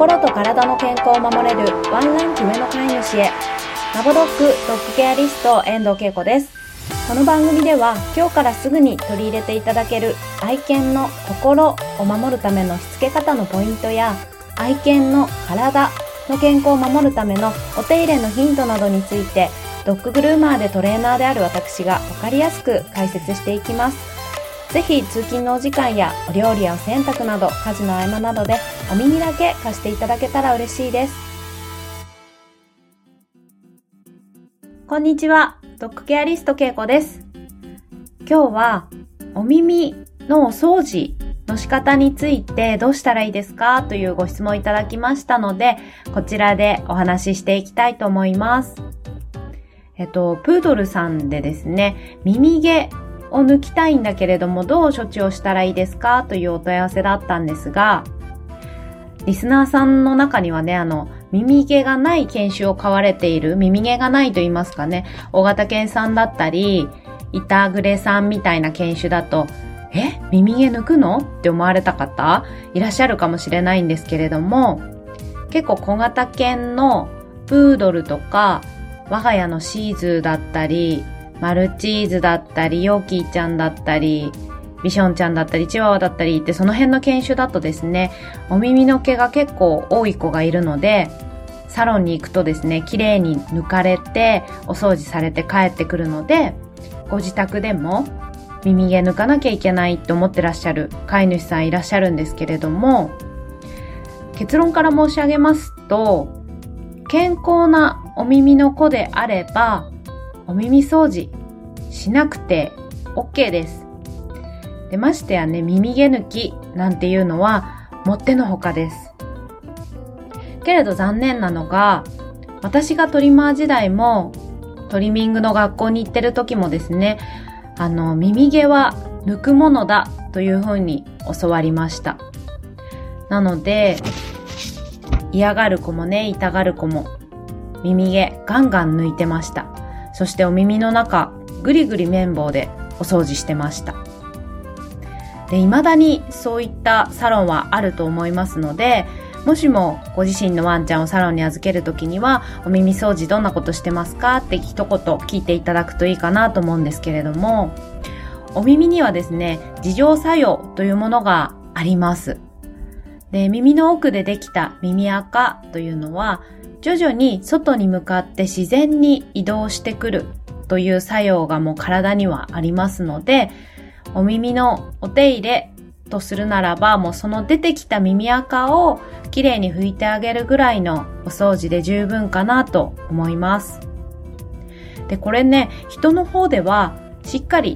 心と体の健康を守れるワンランク上の飼い主へ。ラボドッグドッグケアリスト遠藤恵子です。この番組では今日からすぐに取り入れていただける愛犬の心を守るためのしつけ方のポイントや、愛犬の体の健康を守るためのお手入れのヒントなどについて、ドッググルーマーでトレーナーである私が分かりやすく解説していきます。ぜひ通勤のお時間やお料理やお洗濯など家事の合間などでお耳だけ貸していただけたら嬉しいです。こんにちは、ドッグケアリスト恵子です。今日はお耳のお掃除の仕方についてどうしたらいいですかというご質問いただきましたので、こちらでお話ししていきたいと思います。プードルさんでですね、耳毛を抜きたいんだけれどもどう処置をしたらいいですかというお問い合わせだったんですが、リスナーさんの中にはね、耳毛がない犬種を飼われている、耳毛がないと言いますかね、大型犬さんだったり、板グレさんみたいな犬種だと、耳毛抜くのって思われた方いらっしゃるかもしれないんですけれども、結構小型犬のプードルとか、我が家のシーズーだったり、マルチーズだったり、ヨーキーちゃんだったり、ビションちゃんだったり、チワワだったりって、その辺の犬種だとですね、お耳の毛が結構多い子がいるので、サロンに行くとですね、綺麗に抜かれて、お掃除されて帰ってくるので、ご自宅でも耳毛抜かなきゃいけないって思ってらっしゃる飼い主さんいらっしゃるんですけれども、結論から申し上げますと、健康なお耳の子であれば、お耳掃除しなくて OK です。で、ましてやね、耳毛抜きなんていうのはもってのほかです。けれど残念なのが、私がトリマー時代もトリミングの学校に行ってる時もですね、耳毛は抜くものだというふうに教わりました。なので、嫌がる子もね、痛がる子も耳毛ガンガン抜いてました。そしてお耳の中、ぐりぐり綿棒でお掃除してました。で、未だにそういったサロンはあると思いますので、もしもご自身のワンちゃんをサロンに預けるときには、お耳掃除どんなことしてますかって一言聞いていただくといいかなと思うんですけれども、お耳にはですね、自浄作用というものがあります。で、耳の奥でできた耳垢というのは、徐々に外に向かって自然に移動してくるという作用がもう体にはありますので、お耳のお手入れとするならば、もうその出てきた耳垢をきれいに拭いてあげるぐらいのお掃除で十分かなと思います。で、これね、人の方ではしっかり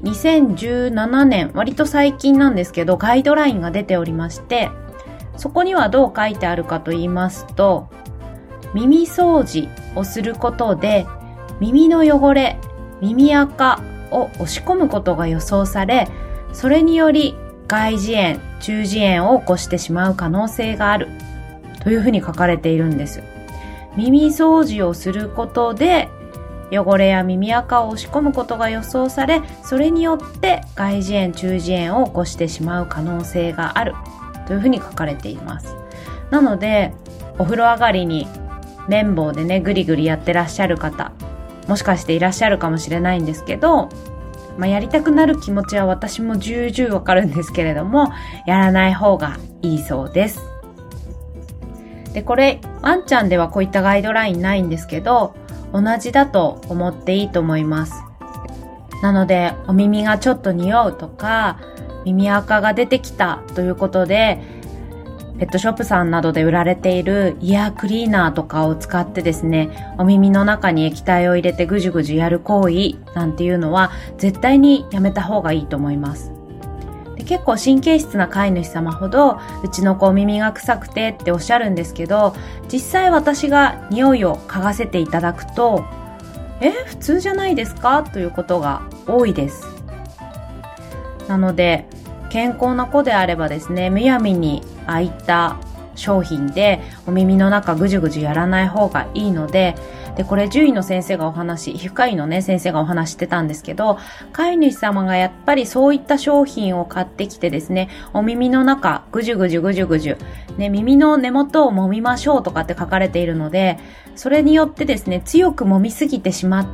2017年、割と最近なんですけど、ガイドラインが出ておりまして、そこにはどう書いてあるかと言いますと、耳掃除をすることで耳の汚れ、耳垢を押し込むことが予想され、それにより外耳炎、中耳炎を起こしてしまう可能性があるというふうに書かれているんです。耳掃除をすることで汚れや耳垢を押し込むことが予想され、それによって外耳炎、中耳炎を起こしてしまう可能性があるというふうに書かれています。なので、お風呂上がりに綿棒でね、ぐりぐりやってらっしゃる方、もしかしていらっしゃるかもしれないんですけど、やりたくなる気持ちは私も重々わかるんですけれども、やらない方がいいそうです。で、これ、ワンちゃんではこういったガイドラインないんですけど、同じだと思っていいと思います。なので、お耳がちょっと匂うとか、耳垢が出てきたということで、ペットショップさんなどで売られているイヤークリーナーとかを使ってですね、お耳の中に液体を入れてぐじゅぐじゅやる行為なんていうのは絶対にやめた方がいいと思います。で、結構神経質な飼い主様ほど、うちの子お耳が臭くてっておっしゃるんですけど、実際私が匂いを嗅がせていただくと、普通じゃないですかということが多いです。なので、健康な子であればですね、むやみにああいった商品でお耳の中ぐじゅぐじゅやらない方がいいので、 で、これ獣医の先生が皮膚科医のね、先生がお話してたんですけど、飼い主様がやっぱりそういった商品を買ってきてですね、お耳の中、ぐじゅぐじゅぐじゅぐじゅ、ね、耳の根元を揉みましょうとかって書かれているので、それによってですね、強く揉みすぎてしまって、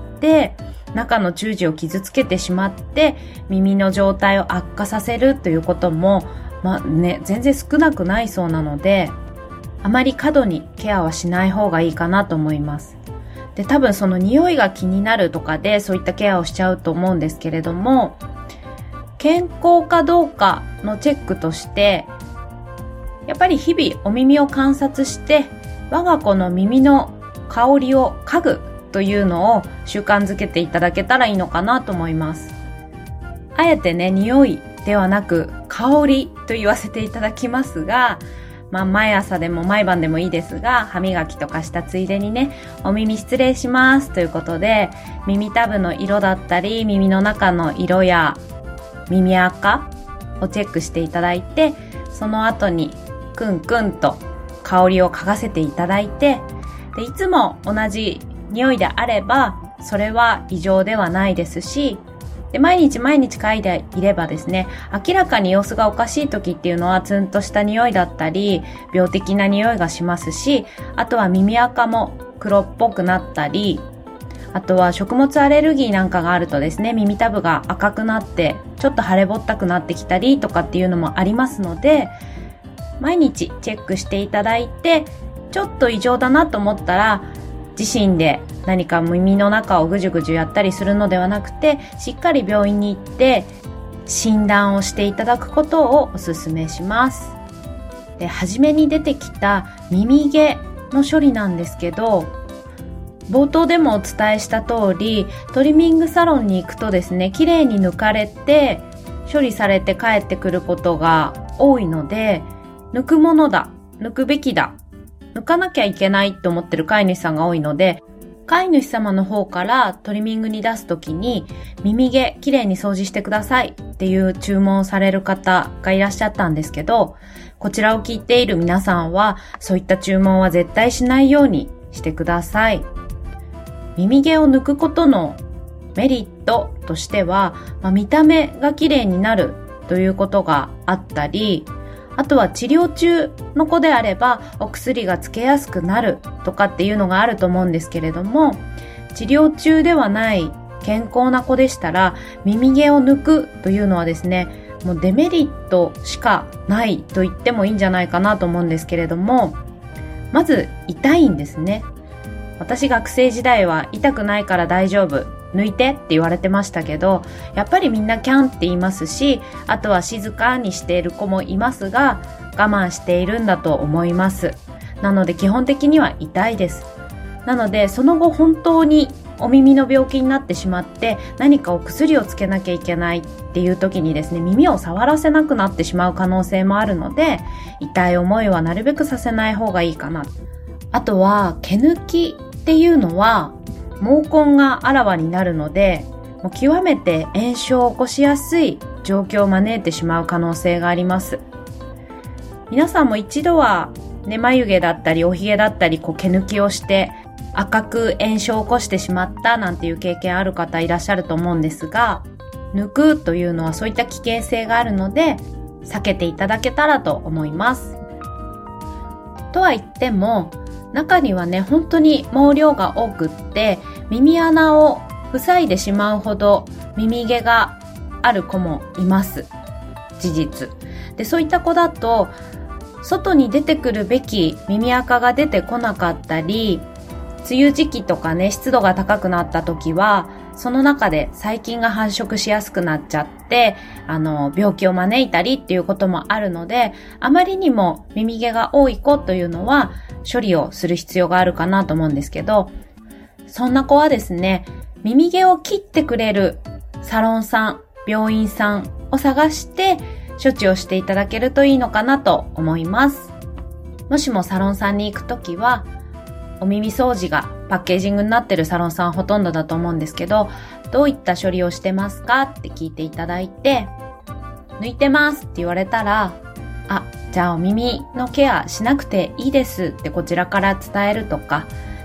中の中耳を傷つけてしまって、耳の状態を悪化させるということも、全然少なくないそうなので、あまり過度にケアはしない方がいいかなと思います。で、多分その匂いが気になるとかでそういったケアをしちゃうと思うんですけれども、健康かどうかのチェックとして、やっぱり日々お耳を観察して、我が子の耳の香りを嗅ぐというのを習慣づけていただけたらいいのかなと思います。あえてね、匂いではなく香りと言わせていただきますが、毎朝でも毎晩でもいいですが、歯磨きとかしたついでにね、お耳失礼しますということで、耳たぶの色だったり、耳の中の色や耳垢をチェックしていただいて、その後にクンクンと香りを嗅がせていただいて、で、いつも同じ匂いであれば、それは異常ではないですし、で、毎日嗅いでいればですね、明らかに様子がおかしい時っていうのはツンとした匂いだったり、病的な匂いがしますし、あとは耳垢も黒っぽくなったり、あとは食物アレルギーなんかがあるとですね、耳たぶが赤くなって、ちょっと腫れぼったくなってきたりとかっていうのもありますので、毎日チェックしていただいて、ちょっと異常だなと思ったら、自身で何か耳の中をぐじゅぐじゅやったりするのではなくて、しっかり病院に行って診断をしていただくことをお勧めします。で、初めに出てきた耳毛の処理なんですけど、冒頭でもお伝えした通り、トリミングサロンに行くとですね、綺麗に抜かれて処理されて帰ってくることが多いので、抜くものだ、抜くべきだ、抜かなきゃいけないと思ってる飼い主さんが多いので、飼い主様の方からトリミングに出すときに、耳毛きれいに掃除してくださいっていう注文をされる方がいらっしゃったんですけど、こちらを聞いている皆さんは、そういった注文は絶対しないようにしてください。耳毛を抜くことのメリットとしては、見た目がきれいになるということがあったり、あとは治療中の子であればお薬がつけやすくなるとかっていうのがあると思うんですけれども、治療中ではない健康な子でしたら耳毛を抜くというのはですね、もうデメリットしかないと言ってもいいんじゃないかなと思うんですけれども、まず痛いんですね。私学生時代は痛くないから大丈夫、抜いてって言われてましたけど、やっぱりみんなキャンって言いますし、あとは静かにしている子もいますが、我慢しているんだと思います。なので基本的には痛いです。なのでその後本当にお耳の病気になってしまって何かお薬をつけなきゃいけないっていう時にですね、耳を触らせなくなってしまう可能性もあるので、痛い思いはなるべくさせない方がいいかな。あとは毛抜きっていうのは毛根があらわになるので、もう極めて炎症を起こしやすい状況を招いてしまう可能性があります。皆さんも一度は眉毛だったりおひげだったり毛抜きをして赤く炎症を起こしてしまったなんていう経験ある方いらっしゃると思うんですが、抜くというのはそういった危険性があるので避けていただけたらと思います。とは言っても中にはね、本当に毛量が多くって耳穴を塞いでしまうほど耳毛がある子もいます。事実で、そういった子だと外に出てくるべき耳垢が出てこなかったり、梅雨時期とかね、湿度が高くなった時はその中で細菌が繁殖しやすくなっちゃって病気を招いたりっていうこともあるので、あまりにも耳毛が多い子というのは処理をする必要があるかなと思うんですけど、そんな子はですね、耳毛を切ってくれるサロンさん、病院さんを探して処置をしていただけるといいのかなと思います。もしもサロンさんに行くときは、お耳掃除がパッケージングになってるサロンさんほとんどだと思うんですけど、どういった処理をしてますかって聞いていただいて、抜いてますって言われたら、じゃあお耳のケアしなくていいですってこちらから伝えるとか、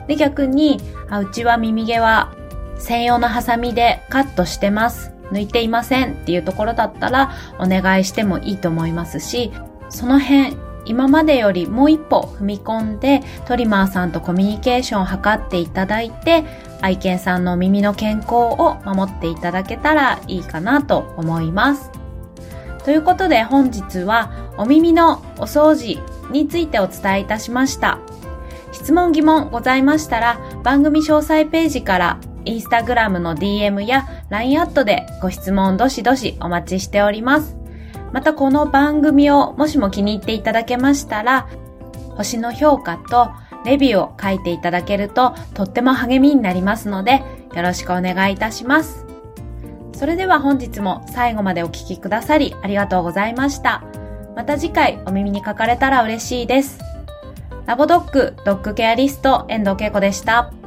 で、逆に、うちは耳毛は専用のハサミでカットしてます。抜いていませんっていうところだったらお願いしてもいいと思いますし、その辺、今までよりもう一歩踏み込んでトリマーさんとコミュニケーションを図っていただいて、愛犬さんの耳の健康を守っていただけたらいいかなと思います。ということで本日はお耳のお掃除についてお伝えいたしました。質問疑問ございましたら番組詳細ページからインスタグラムの DM や LINE アットでご質問どしどしお待ちしております。またこの番組をもしも気に入っていただけましたら、星の評価とレビューを書いていただけるととっても励みになりますので、よろしくお願いいたします。それでは本日も最後までお聞きくださりありがとうございました。また次回お耳にかかれたら嬉しいです。ラボドッグドッグケアリスト遠藤恵子でした。